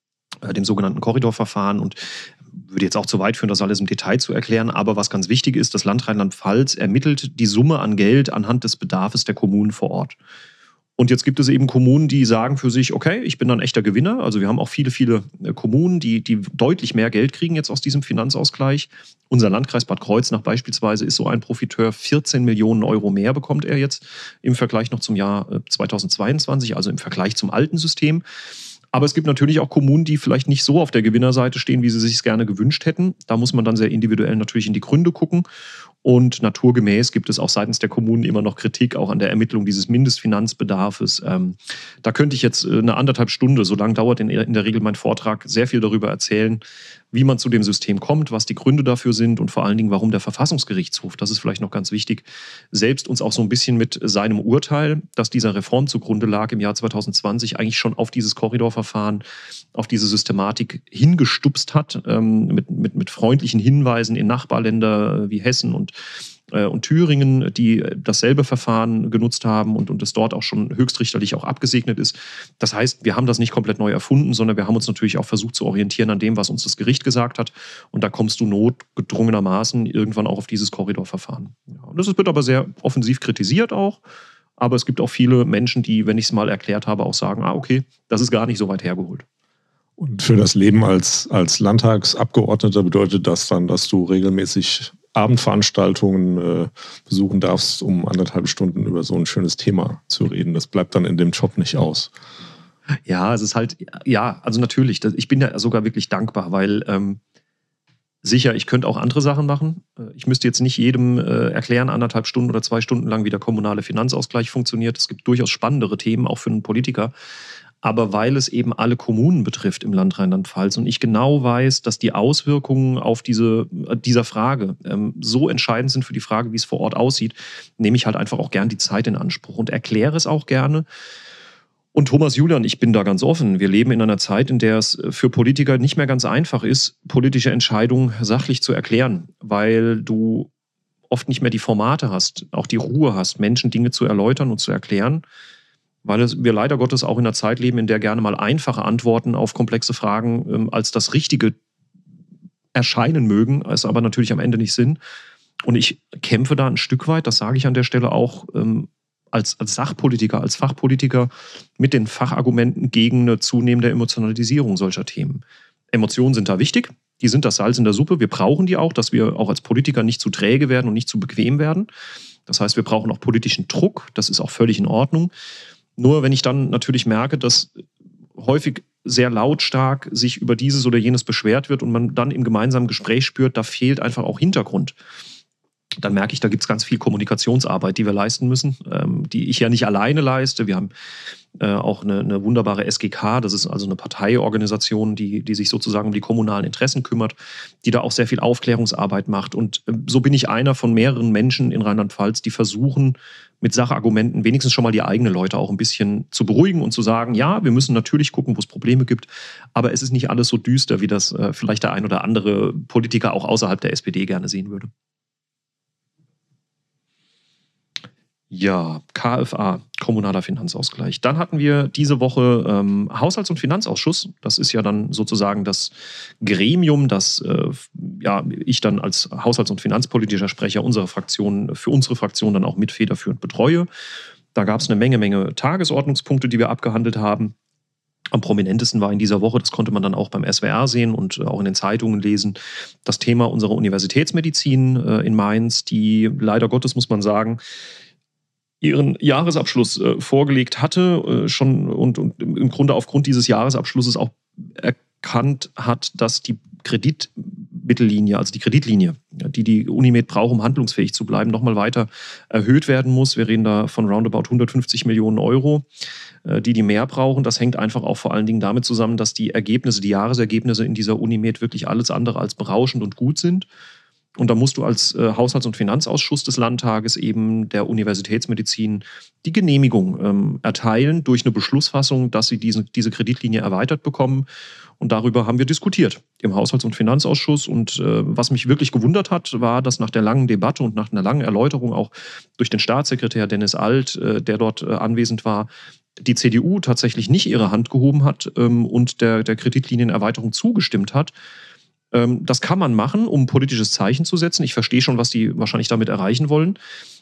dem sogenannten Korridorverfahren, und würde jetzt auch zu weit führen, das alles im Detail zu erklären. Aber was ganz wichtig ist, das Land Rheinland-Pfalz ermittelt die Summe an Geld anhand des Bedarfs der Kommunen vor Ort. Und jetzt gibt es eben Kommunen, die sagen für sich, okay, ich bin ein echter Gewinner. Also wir haben auch viele, viele Kommunen, die, die deutlich mehr Geld kriegen jetzt aus diesem Finanzausgleich. Unser Landkreis Bad Kreuznach beispielsweise ist so ein Profiteur. vierzehn Millionen Euro mehr bekommt er jetzt im Vergleich noch zum Jahr zweitausendzweiundzwanzig, also im Vergleich zum alten System. Aber es gibt natürlich auch Kommunen, die vielleicht nicht so auf der Gewinnerseite stehen, wie sie sich gerne gewünscht hätten. Da muss man dann sehr individuell natürlich in die Gründe gucken. Und naturgemäß gibt es auch seitens der Kommunen immer noch Kritik, auch an der Ermittlung dieses Mindestfinanzbedarfs. Ähm, da könnte ich jetzt eine anderthalb Stunde, so lang dauert in, in der Regel mein Vortrag, sehr viel darüber erzählen, wie man zu dem System kommt, was die Gründe dafür sind und vor allen Dingen, warum der Verfassungsgerichtshof, das ist vielleicht noch ganz wichtig, selbst uns auch so ein bisschen mit seinem Urteil, das dieser Reform zugrunde lag im Jahr zweitausendzwanzig, eigentlich schon auf dieses Korridorverfahren, auf diese Systematik hingestupst hat, ähm, mit, mit, mit freundlichen Hinweisen in Nachbarländer wie Hessen und und Thüringen, die dasselbe Verfahren genutzt haben und, und es dort auch schon höchstrichterlich auch abgesegnet ist. Das heißt, wir haben das nicht komplett neu erfunden, sondern wir haben uns natürlich auch versucht zu orientieren an dem, was uns das Gericht gesagt hat. Und da kommst du notgedrungenermaßen irgendwann auch auf dieses Korridorverfahren. Ja, und das wird aber sehr offensiv kritisiert auch. Aber es gibt auch viele Menschen, die, wenn ich es mal erklärt habe, auch sagen, ah, okay, das ist gar nicht so weit hergeholt. Und für das Leben als, als Landtagsabgeordneter bedeutet das dann, dass du regelmäßig Abendveranstaltungen äh, besuchen darfst, um anderthalb Stunden über so ein schönes Thema zu reden. Das bleibt dann in dem Job nicht aus. Ja, es ist halt, ja, also natürlich, ich bin ja sogar wirklich dankbar, weil ähm, sicher, ich könnte auch andere Sachen machen. Ich müsste jetzt nicht jedem äh, erklären, anderthalb Stunden oder zwei Stunden lang, wie der kommunale Finanzausgleich funktioniert. Es gibt durchaus spannendere Themen, auch für einen Politiker. Aber weil es eben alle Kommunen betrifft im Land Rheinland-Pfalz und ich genau weiß, dass die Auswirkungen auf diese, dieser Frage ähm, so entscheidend sind für die Frage, wie es vor Ort aussieht, nehme ich halt einfach auch gern die Zeit in Anspruch und erkläre es auch gerne. Und Thomas, Julian, ich bin da ganz offen. Wir leben in einer Zeit, in der es für Politiker nicht mehr ganz einfach ist, politische Entscheidungen sachlich zu erklären, weil du oft nicht mehr die Formate hast, auch die Ruhe hast, Menschen Dinge zu erläutern und zu erklären. Weil wir leider Gottes auch in einer Zeit leben, in der gerne mal einfache Antworten auf komplexe Fragen ähm, als das Richtige erscheinen mögen, es aber natürlich am Ende nicht sind. Und ich kämpfe da ein Stück weit, das sage ich an der Stelle auch, ähm, als, als Sachpolitiker, als Fachpolitiker mit den Fachargumenten gegen eine zunehmende Emotionalisierung solcher Themen. Emotionen sind da wichtig, die sind das Salz in der Suppe. Wir brauchen die auch, dass wir auch als Politiker nicht zu träge werden und nicht zu bequem werden. Das heißt, wir brauchen auch politischen Druck, das ist auch völlig in Ordnung. Nur wenn ich dann natürlich merke, dass häufig sehr lautstark sich über dieses oder jenes beschwert wird und man dann im gemeinsamen Gespräch spürt, da fehlt einfach auch Hintergrund, dann merke ich, da gibt es ganz viel Kommunikationsarbeit, die wir leisten müssen, ähm, die ich ja nicht alleine leiste. Wir haben äh, auch eine, eine wunderbare S G K, das ist also eine Parteiorganisation, die, die sich sozusagen um die kommunalen Interessen kümmert, die da auch sehr viel Aufklärungsarbeit macht. Und äh, so bin ich einer von mehreren Menschen in Rheinland-Pfalz, die versuchen, mit Sachargumenten wenigstens schon mal die eigenen Leute auch ein bisschen zu beruhigen und zu sagen, ja, wir müssen natürlich gucken, wo es Probleme gibt, aber es ist nicht alles so düster, wie das äh, vielleicht der ein oder andere Politiker auch außerhalb der S P D gerne sehen würde. Ja, K F A, kommunaler Finanzausgleich. Dann hatten wir diese Woche ähm, Haushalts- und Finanzausschuss. Das ist ja dann sozusagen das Gremium, das äh, ja, ich dann als Haushalts- und Finanzpolitischer Sprecher unserer Fraktion, für unsere Fraktion dann auch mit federführend betreue. Da gab es eine Menge, Menge Tagesordnungspunkte, die wir abgehandelt haben. Am prominentesten war in dieser Woche, das konnte man dann auch beim S W R sehen und auch in den Zeitungen lesen, das Thema unserer Universitätsmedizin äh, in Mainz, die leider Gottes, muss man sagen, ihren Jahresabschluss äh, vorgelegt hatte, äh, schon und, und im Grunde aufgrund dieses Jahresabschlusses auch erkannt hat, dass die Kreditmittellinie, also die Kreditlinie, die die Unimed braucht, um handlungsfähig zu bleiben, nochmal weiter erhöht werden muss. Wir reden da von roundabout hundertfünfzig Millionen Euro, äh, die die mehr brauchen. Das hängt einfach auch vor allen Dingen damit zusammen, dass die Ergebnisse, die Jahresergebnisse in dieser Unimed wirklich alles andere als berauschend und gut sind. Und da musst du als äh, Haushalts- und Finanzausschuss des Landtages eben der Universitätsmedizin die Genehmigung ähm, erteilen durch eine Beschlussfassung, dass sie diese, diese Kreditlinie erweitert bekommen. Und darüber haben wir diskutiert im Haushalts- und Finanzausschuss. Und äh, was mich wirklich gewundert hat, war, dass nach der langen Debatte und nach einer langen Erläuterung auch durch den Staatssekretär Dennis Alt, äh, der dort äh, anwesend war, die C D U tatsächlich nicht ihre Hand gehoben hat ähm, und der, der Kreditlinienerweiterung zugestimmt hat. Das kann man machen, um ein politisches Zeichen zu setzen. Ich verstehe schon, was die wahrscheinlich damit erreichen wollen.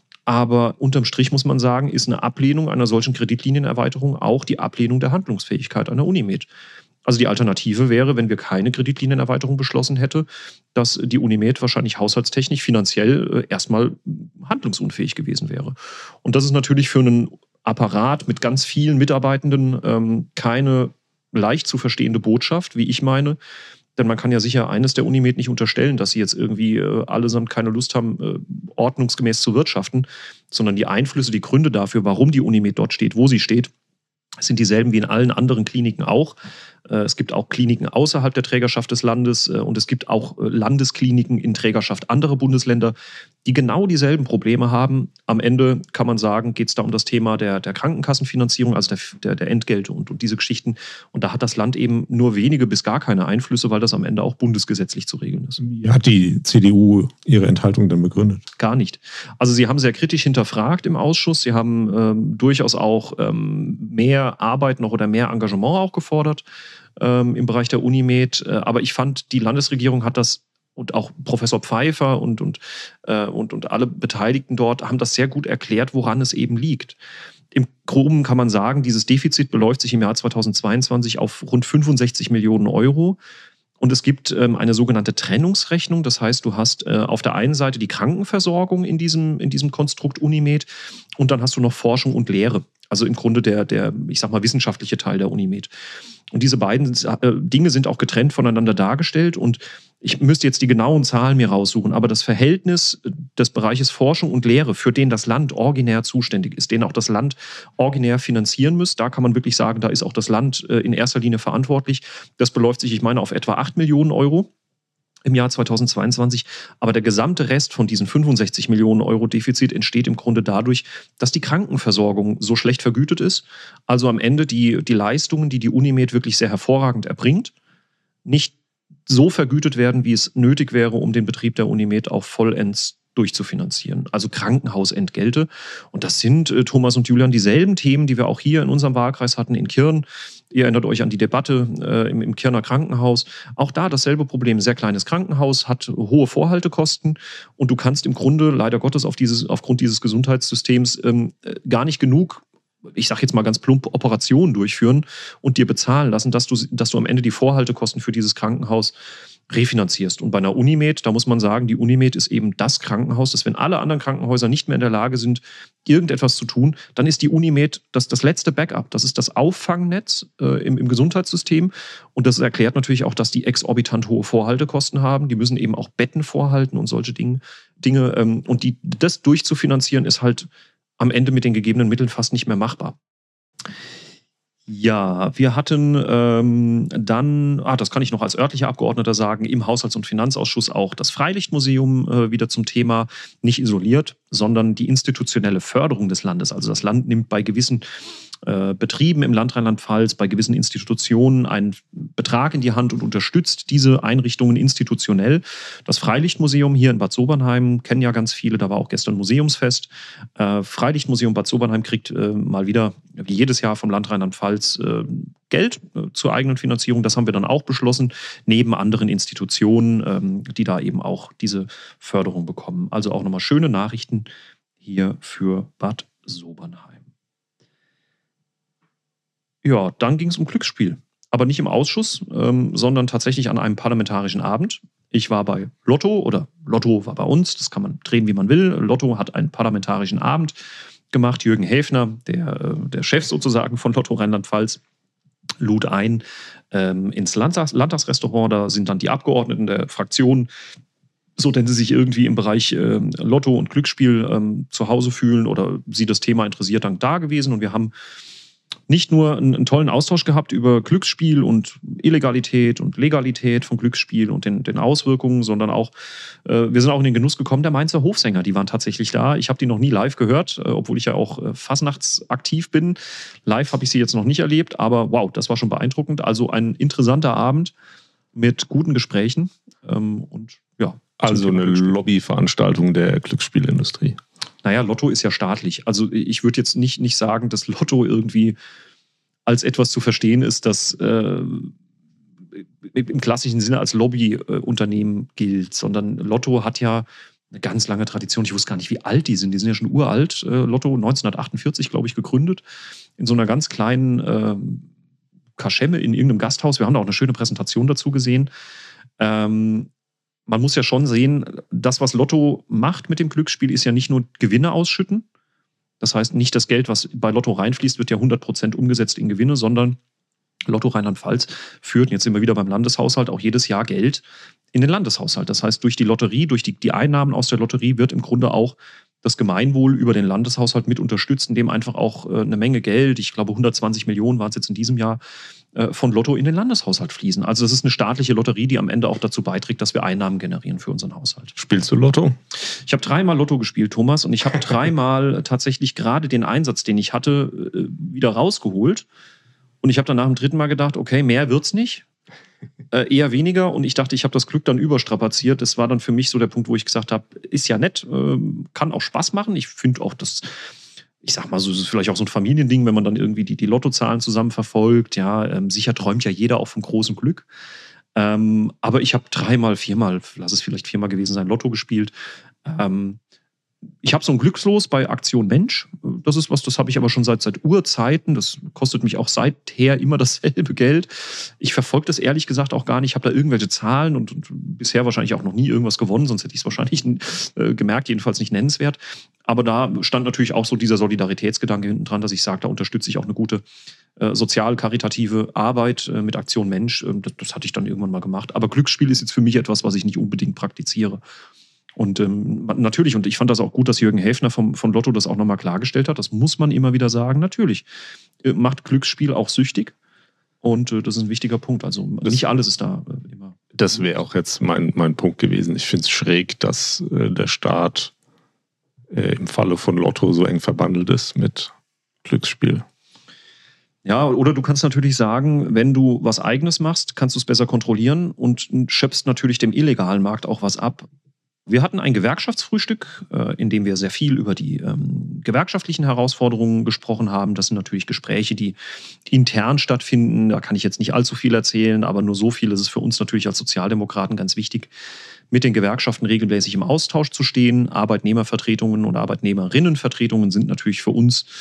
Aber unterm Strich muss man sagen, ist eine Ablehnung einer solchen Kreditlinienerweiterung auch die Ablehnung der Handlungsfähigkeit einer Unimed. Also die Alternative wäre, wenn wir keine Kreditlinienerweiterung beschlossen hätte, dass die Unimed wahrscheinlich haushaltstechnisch, finanziell erstmal handlungsunfähig gewesen wäre. Und das ist natürlich für einen Apparat mit ganz vielen Mitarbeitenden ähm, keine leicht zu verstehende Botschaft, wie ich meine. Denn man kann ja sicher eines der Unimed nicht unterstellen, dass sie jetzt irgendwie äh, allesamt keine Lust haben, äh, ordnungsgemäß zu wirtschaften, sondern die Einflüsse, die Gründe dafür, warum die Unimed dort steht, wo sie steht, sind dieselben wie in allen anderen Kliniken auch. Es gibt auch Kliniken außerhalb der Trägerschaft des Landes und es gibt auch Landeskliniken in Trägerschaft anderer Bundesländer, die genau dieselben Probleme haben. Am Ende kann man sagen, geht es da um das Thema der, der Krankenkassenfinanzierung, also der, der, der Entgelte und, und diese Geschichten. Und da hat das Land eben nur wenige bis gar keine Einflüsse, weil das am Ende auch bundesgesetzlich zu regeln ist. Wie hat die C D U ihre Enthaltung denn begründet? Gar nicht. Also sie haben sehr kritisch hinterfragt im Ausschuss. Sie haben ähm, durchaus auch ähm, mehr Arbeit noch oder mehr Engagement auch gefordert ähm, im Bereich der Unimed. Äh, aber ich fand, die Landesregierung hat das und auch Professor Pfeiffer und, und, äh, und, und alle Beteiligten dort haben das sehr gut erklärt, woran es eben liegt. Im Groben kann man sagen, dieses Defizit beläuft sich im Jahr zweitausendzweiundzwanzig auf rund fünfundsechzig Millionen Euro. Und es gibt ähm, eine sogenannte Trennungsrechnung. Das heißt, du hast äh, auf der einen Seite die Krankenversorgung in diesem, in diesem Konstrukt Unimed und dann hast du noch Forschung und Lehre. Also im Grunde der, der, ich sag mal, wissenschaftliche Teil der Unimed. Und diese beiden äh, Dinge sind auch getrennt voneinander dargestellt. Und ich müsste jetzt die genauen Zahlen mir raussuchen, aber das Verhältnis des Bereiches Forschung und Lehre, für den das Land originär zuständig ist, den auch das Land originär finanzieren muss, da kann man wirklich sagen, da ist auch das Land äh, in erster Linie verantwortlich. Das beläuft sich, ich meine, auf etwa acht Millionen Euro im Jahr zweitausendzweiundzwanzig. Aber der gesamte Rest von diesen fünfundsechzig Millionen Euro Defizit entsteht im Grunde dadurch, dass die Krankenversorgung so schlecht vergütet ist. Also am Ende die, die Leistungen, die die Unimed wirklich sehr hervorragend erbringt, nicht so vergütet werden, wie es nötig wäre, um den Betrieb der Unimed auch vollends durchzufinanzieren. Also Krankenhausentgelte. Und das sind, äh, Thomas und Julian, dieselben Themen, die wir auch hier in unserem Wahlkreis hatten, in Kirn. Ihr erinnert euch an die Debatte äh, im, im Kirner Krankenhaus. Auch da dasselbe Problem. Sehr kleines Krankenhaus, hat hohe Vorhaltekosten und du kannst im Grunde leider Gottes auf dieses, aufgrund dieses Gesundheitssystems ähm, gar nicht genug, ich sage jetzt mal ganz plump, Operationen durchführen und dir bezahlen lassen, dass du, dass du am Ende die Vorhaltekosten für dieses Krankenhaus refinanzierst. Und bei einer Unimed, da muss man sagen, die Unimed ist eben das Krankenhaus, dass wenn alle anderen Krankenhäuser nicht mehr in der Lage sind, irgendetwas zu tun, dann ist die Unimed das, das letzte Backup. Das ist das Auffangnetz äh, im, im Gesundheitssystem. Und das erklärt natürlich auch, dass die exorbitant hohe Vorhaltekosten haben. Die müssen eben auch Betten vorhalten und solche Dinge. Dinge ähm, und die, das durchzufinanzieren, ist halt am Ende mit den gegebenen Mitteln fast nicht mehr machbar. Ja, wir hatten ähm, dann, ah, das kann ich noch als örtlicher Abgeordneter sagen, im Haushalts- und Finanzausschuss auch das Freilichtmuseum äh, wieder zum Thema, nicht isoliert, sondern die institutionelle Förderung des Landes. Also das Land nimmt bei gewissen äh, Betrieben im Land Rheinland-Pfalz, bei gewissen Institutionen einen Betrag in die Hand und unterstützt diese Einrichtungen institutionell. Das Freilichtmuseum hier in Bad Sobernheim kennen ja ganz viele, da war auch gestern Museumsfest. Äh, Freilichtmuseum Bad Sobernheim kriegt äh, mal wieder, wie jedes Jahr vom Land Rheinland-Pfalz, äh, Geld äh, zur eigenen Finanzierung. Das haben wir dann auch beschlossen, neben anderen Institutionen, ähm, die da eben auch diese Förderung bekommen. Also auch nochmal schöne Nachrichten hier für Bad Sobernheim. Ja, dann ging es um Glücksspiel. Aber nicht im Ausschuss, ähm, sondern tatsächlich an einem parlamentarischen Abend. Ich war bei Lotto oder Lotto war bei uns. Das kann man drehen, wie man will. Lotto hat einen parlamentarischen Abend gemacht. Jürgen Häfner, der, der Chef sozusagen von Lotto Rheinland-Pfalz, lud ein ähm, ins Landtags Landtagsrestaurant. Da sind dann die Abgeordneten der Fraktion, so denn sie sich irgendwie im Bereich äh, Lotto und Glücksspiel ähm, zu Hause fühlen oder sie das Thema interessiert, dann da gewesen. Und wir haben nicht nur einen, einen tollen Austausch gehabt über Glücksspiel und Illegalität und Legalität von Glücksspiel und den, den Auswirkungen, sondern auch, äh, wir sind auch in den Genuss gekommen der Mainzer Hofsänger, die waren tatsächlich da. Ich habe die noch nie live gehört, äh, obwohl ich ja auch äh, fasnachtsaktiv bin. Live habe ich sie jetzt noch nicht erlebt, aber wow, das war schon beeindruckend. Also ein interessanter Abend mit guten Gesprächen ähm, und ja. Also eine Lobbyveranstaltung der Glücksspielindustrie. Naja, Lotto ist ja staatlich. Also ich würde jetzt nicht, nicht sagen, dass Lotto irgendwie als etwas zu verstehen ist, das äh, im klassischen Sinne als Lobbyunternehmen gilt, sondern Lotto hat ja eine ganz lange Tradition. Ich wusste gar nicht, wie alt die sind. Die sind ja schon uralt. Äh, Lotto neunzehnhundertachtundvierzig, glaube ich, gegründet. In so einer ganz kleinen äh, Kaschemme in irgendeinem Gasthaus. Wir haben da auch eine schöne Präsentation dazu gesehen. Ähm, Man muss ja schon sehen, das, was Lotto macht mit dem Glücksspiel, ist ja nicht nur Gewinne ausschütten. Das heißt, nicht das Geld, was bei Lotto reinfließt, wird ja hundert Prozent umgesetzt in Gewinne, sondern Lotto Rheinland-Pfalz führt, jetzt sind wir wieder beim Landeshaushalt, auch jedes Jahr Geld in den Landeshaushalt. Das heißt, durch die Lotterie, durch die, die Einnahmen aus der Lotterie wird im Grunde auch das Gemeinwohl über den Landeshaushalt mit unterstützt, indem einfach auch äh, eine Menge Geld, ich glaube hundertzwanzig Millionen waren es jetzt in diesem Jahr, äh, von Lotto in den Landeshaushalt fließen. Also das ist eine staatliche Lotterie, die am Ende auch dazu beiträgt, dass wir Einnahmen generieren für unseren Haushalt. Spielst du Lotto? Ich habe dreimal Lotto gespielt, Thomas, und ich habe dreimal tatsächlich gerade den Einsatz, den ich hatte, äh, wieder rausgeholt. Und ich habe dann nach dem dritten Mal gedacht, okay, mehr wird's nicht. Äh, eher weniger, und ich dachte, ich habe das Glück dann überstrapaziert. Das war dann für mich so der Punkt, wo ich gesagt habe, ist ja nett, äh, kann auch Spaß machen. Ich finde auch, das, ich sag mal so, es ist vielleicht auch so ein Familiending, wenn man dann irgendwie die, die Lottozahlen zusammen verfolgt. Ja, ähm, sicher träumt ja jeder auch vom großen Glück. Ähm, aber ich habe dreimal, viermal, lass es vielleicht viermal gewesen sein, Lotto gespielt. Ähm, Ich habe so ein Glückslos bei Aktion Mensch. Das ist was, das habe ich aber schon seit, seit Urzeiten. Das kostet mich auch seither immer dasselbe Geld. Ich verfolge das ehrlich gesagt auch gar nicht. Ich habe da irgendwelche Zahlen und, und bisher wahrscheinlich auch noch nie irgendwas gewonnen, sonst hätte ich es wahrscheinlich äh, gemerkt, jedenfalls nicht nennenswert. Aber da stand natürlich auch so dieser Solidaritätsgedanke hinten dran, dass ich sage, da unterstütze ich auch eine gute äh, sozial-karitative Arbeit äh, mit Aktion Mensch. Äh, das, das hatte ich dann irgendwann mal gemacht. Aber Glücksspiel ist jetzt für mich etwas, was ich nicht unbedingt praktiziere. Und ähm, natürlich, und ich fand das auch gut, dass Jürgen Häfner vom, von Lotto das auch nochmal klargestellt hat, das muss man immer wieder sagen, natürlich äh, macht Glücksspiel auch süchtig, und äh, das ist ein wichtiger Punkt, also das, nicht alles ist da äh, immer. Das wäre auch jetzt mein, mein Punkt gewesen. Ich finde es schräg, dass äh, der Staat äh, im Falle von Lotto so eng verbandelt ist mit Glücksspiel. Ja, oder du kannst natürlich sagen, wenn du was Eigenes machst, kannst du es besser kontrollieren und schöpfst natürlich dem illegalen Markt auch was ab. Wir hatten ein Gewerkschaftsfrühstück, in dem wir sehr viel über die ähm, gewerkschaftlichen Herausforderungen gesprochen haben. Das sind natürlich Gespräche, die intern stattfinden. Da kann ich jetzt nicht allzu viel erzählen, aber nur so viel ist es für uns natürlich als Sozialdemokraten ganz wichtig, mit den Gewerkschaften regelmäßig im Austausch zu stehen. Arbeitnehmervertretungen und Arbeitnehmerinnenvertretungen sind natürlich für uns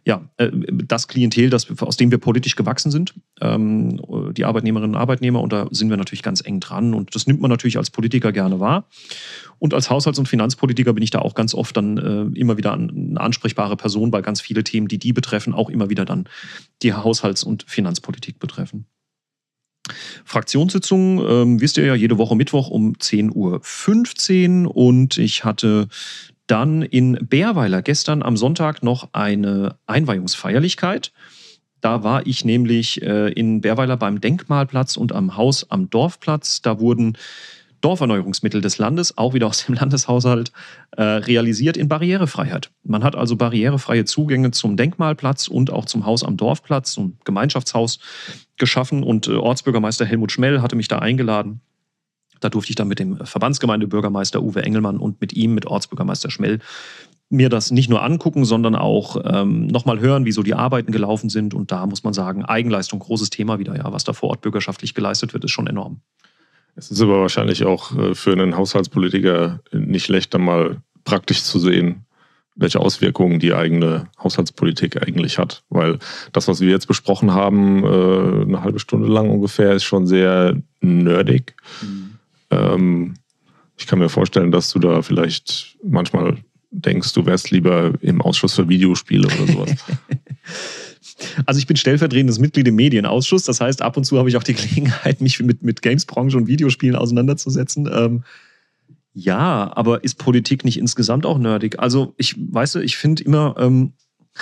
ja, das Klientel, das, aus dem wir politisch gewachsen sind, ähm, die Arbeitnehmerinnen und Arbeitnehmer, und da sind wir natürlich ganz eng dran und das nimmt man natürlich als Politiker gerne wahr. Und als Haushalts- und Finanzpolitiker bin ich da auch ganz oft dann äh, immer wieder eine ansprechbare Person, weil ganz viele Themen, die die betreffen, auch immer wieder dann die Haushalts- und Finanzpolitik betreffen. Fraktionssitzungen, ähm, wisst ihr ja, jede Woche Mittwoch um zehn Uhr fünfzehn und ich hatte dann in Bärweiler gestern am Sonntag noch eine Einweihungsfeierlichkeit. Da war ich nämlich äh, in Bärweiler beim Denkmalplatz und am Haus am Dorfplatz. Da wurden Dorferneuerungsmittel des Landes, auch wieder aus dem Landeshaushalt, äh, realisiert in Barrierefreiheit. Man hat also barrierefreie Zugänge zum Denkmalplatz und auch zum Haus am Dorfplatz, zum Gemeinschaftshaus geschaffen und äh, Ortsbürgermeister Helmut Schmell hatte mich da eingeladen. Da durfte ich dann mit dem Verbandsgemeindebürgermeister Uwe Engelmann und mit ihm, mit Ortsbürgermeister Schmell, mir das nicht nur angucken, sondern auch ähm, nochmal hören, wie so die Arbeiten gelaufen sind. Und da muss man sagen, Eigenleistung, großes Thema wieder. Ja, was da vor Ort bürgerschaftlich geleistet wird, ist schon enorm. Es ist aber wahrscheinlich auch für einen Haushaltspolitiker nicht schlecht, dann mal praktisch zu sehen, welche Auswirkungen die eigene Haushaltspolitik eigentlich hat. Weil das, was wir jetzt besprochen haben, eine halbe Stunde lang ungefähr, ist schon sehr nerdig. Mhm. Ähm, ich kann mir vorstellen, dass du da vielleicht manchmal denkst, du wärst lieber im Ausschuss für Videospiele oder sowas. Also ich bin stellvertretendes Mitglied im Medienausschuss. Das heißt, ab und zu habe ich auch die Gelegenheit, mich mit, mit Gamesbranche und Videospielen auseinanderzusetzen. Ähm, ja, aber ist Politik nicht insgesamt auch nerdig? Also ich weiß, ich finde immer, ähm,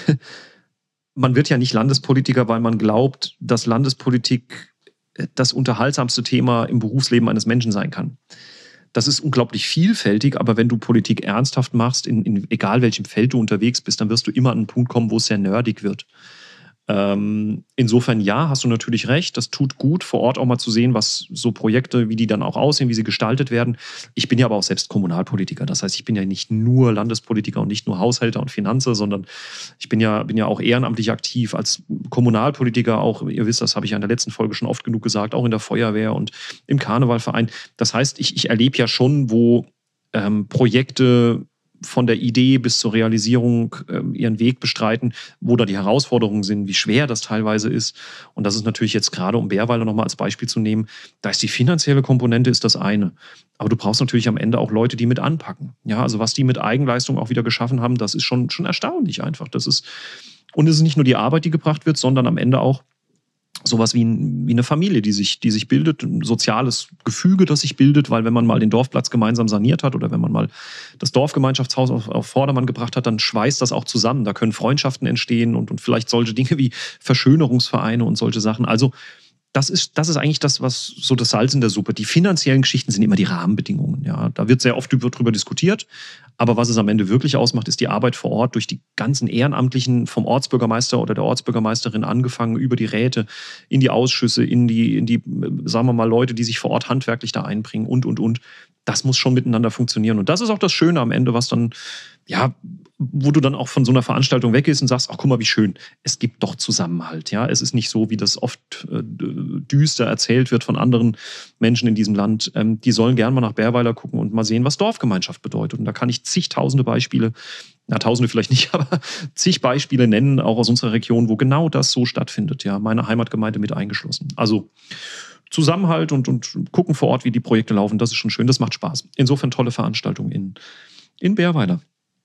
man wird ja nicht Landespolitiker, weil man glaubt, dass Landespolitik das unterhaltsamste Thema im Berufsleben eines Menschen sein kann. Das ist unglaublich vielfältig, aber wenn du Politik ernsthaft machst, in, in egal welchem Feld du unterwegs bist, dann wirst du immer an einen Punkt kommen, wo es sehr nerdig wird. Ähm, insofern ja, hast du natürlich recht. Das tut gut, vor Ort auch mal zu sehen, was so Projekte, wie die dann auch aussehen, wie sie gestaltet werden. Ich bin ja aber auch selbst Kommunalpolitiker. Das heißt, ich bin ja nicht nur Landespolitiker und nicht nur Haushälter und Finanzer, sondern ich bin ja, bin ja auch ehrenamtlich aktiv als Kommunalpolitiker. Auch, ihr wisst, das habe ich ja in der letzten Folge schon oft genug gesagt, auch in der Feuerwehr und im Karnevalverein. Das heißt, ich, ich erlebe ja schon, wo ähm, Projekte von der Idee bis zur Realisierung äh, ihren Weg bestreiten, wo da die Herausforderungen sind, wie schwer das teilweise ist. Und das ist natürlich jetzt gerade, um Bärweiler nochmal als Beispiel zu nehmen, da ist die finanzielle Komponente ist das eine. Aber du brauchst natürlich am Ende auch Leute, die mit anpacken. Ja, also was die mit Eigenleistung auch wieder geschaffen haben, das ist schon, schon erstaunlich einfach. Das ist, und es ist nicht nur die Arbeit, die gebracht wird, sondern am Ende auch sowas wie, ein, wie eine Familie, die sich, die sich bildet, ein soziales Gefüge, das sich bildet, weil wenn man mal den Dorfplatz gemeinsam saniert hat oder wenn man mal das Dorfgemeinschaftshaus auf, auf Vordermann gebracht hat, dann schweißt das auch zusammen. Da können Freundschaften entstehen und, und vielleicht solche Dinge wie Verschönerungsvereine und solche Sachen. Also das ist, das ist eigentlich das, was so das Salz in der Suppe. Die finanziellen Geschichten sind immer die Rahmenbedingungen. Ja, da wird sehr oft drüber diskutiert. Aber was es am Ende wirklich ausmacht, ist die Arbeit vor Ort durch die ganzen Ehrenamtlichen vom Ortsbürgermeister oder der Ortsbürgermeisterin angefangen, über die Räte, in die Ausschüsse, in die, in die, sagen wir mal, Leute, die sich vor Ort handwerklich da einbringen und, und, und. Das muss schon miteinander funktionieren. Und das ist auch das Schöne am Ende, was dann, ja, wo du dann auch von so einer Veranstaltung weggehst und sagst, ach, guck mal, wie schön. Es gibt doch Zusammenhalt, ja. Es ist nicht so, wie das oft äh, düster erzählt wird von anderen Menschen in diesem Land. Ähm, die sollen gerne mal nach Bärweiler gucken und mal sehen, was Dorfgemeinschaft bedeutet. Und da kann ich zigtausende Beispiele, na, tausende vielleicht nicht, aber zig Beispiele nennen, auch aus unserer Region, wo genau das so stattfindet, ja. Meine Heimatgemeinde mit eingeschlossen. Also Zusammenhalt und, und gucken vor Ort, wie die Projekte laufen, das ist schon schön, das macht Spaß. Insofern tolle Veranstaltung in, in Bärweiler.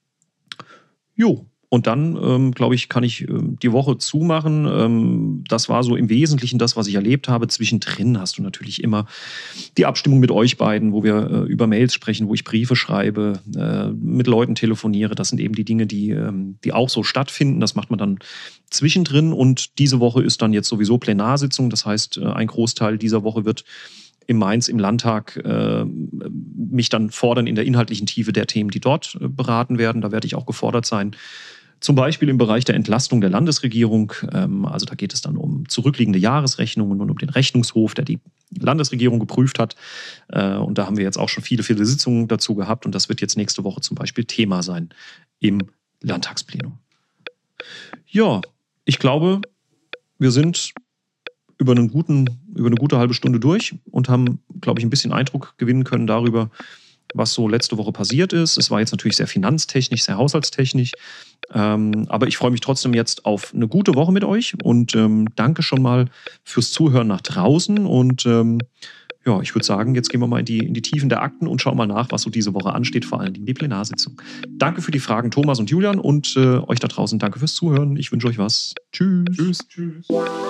Jo, und dann, ähm, glaube ich, kann ich ähm, die Woche zumachen. Ähm, das war so im Wesentlichen das, was ich erlebt habe. Zwischendrin hast du natürlich immer die Abstimmung mit euch beiden, wo wir äh, über Mails sprechen, wo ich Briefe schreibe, äh, mit Leuten telefoniere. Das sind eben die Dinge, die, ähm, die auch so stattfinden. Das macht man dann zwischendrin. Und diese Woche ist dann jetzt sowieso Plenarsitzung. Das heißt, äh, ein Großteil dieser Woche wird in Mainz im Landtag äh, mich dann fordern in der inhaltlichen Tiefe der Themen, die dort äh, beraten werden. Da werde ich auch gefordert sein. Zum Beispiel im Bereich der Entlastung der Landesregierung. Ähm, also da geht es dann um zurückliegende Jahresrechnungen und um den Rechnungshof, der die Landesregierung geprüft hat. Äh, und da haben wir jetzt auch schon viele, viele Sitzungen dazu gehabt. Und das wird jetzt nächste Woche zum Beispiel Thema sein im Landtagsplenum. Ja, ich glaube, wir sind über einen guten, über eine gute halbe Stunde durch und haben, glaube ich, ein bisschen Eindruck gewinnen können darüber, was so letzte Woche passiert ist. Es war jetzt natürlich sehr finanztechnisch, sehr haushaltstechnisch. Ähm, aber ich freue mich trotzdem jetzt auf eine gute Woche mit euch und ähm, danke schon mal fürs Zuhören nach draußen. Und ähm, ja, ich würde sagen, jetzt gehen wir mal in die, in die Tiefen der Akten und schauen mal nach, was so diese Woche ansteht, vor allem die Plenarsitzung. Danke für die Fragen, Thomas und Julian, und äh, euch da draußen danke fürs Zuhören. Ich wünsche euch was. Tschüss. Tschüss. Tschüss.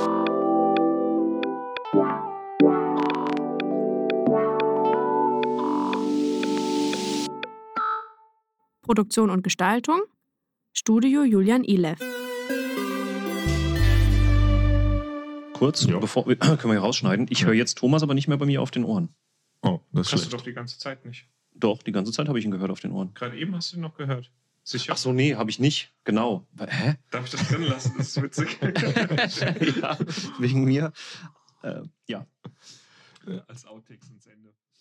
Produktion und Gestaltung Studio Julian Ilev. Kurz, Ja. bevor wir, können wir hier rausschneiden. Ich höre jetzt Thomas aber nicht mehr bei mir auf den Ohren. Oh, das ist Hast schlecht. du doch die ganze Zeit nicht. Doch, die ganze Zeit habe ich ihn gehört auf den Ohren. Gerade eben hast du ihn noch gehört. Sicher? Ach so, nee, habe ich nicht. Genau. Hä? Darf ich das drin lassen? Das ist witzig. Ja, wegen mir. Äh, ja. Als Outtakes ins Ende.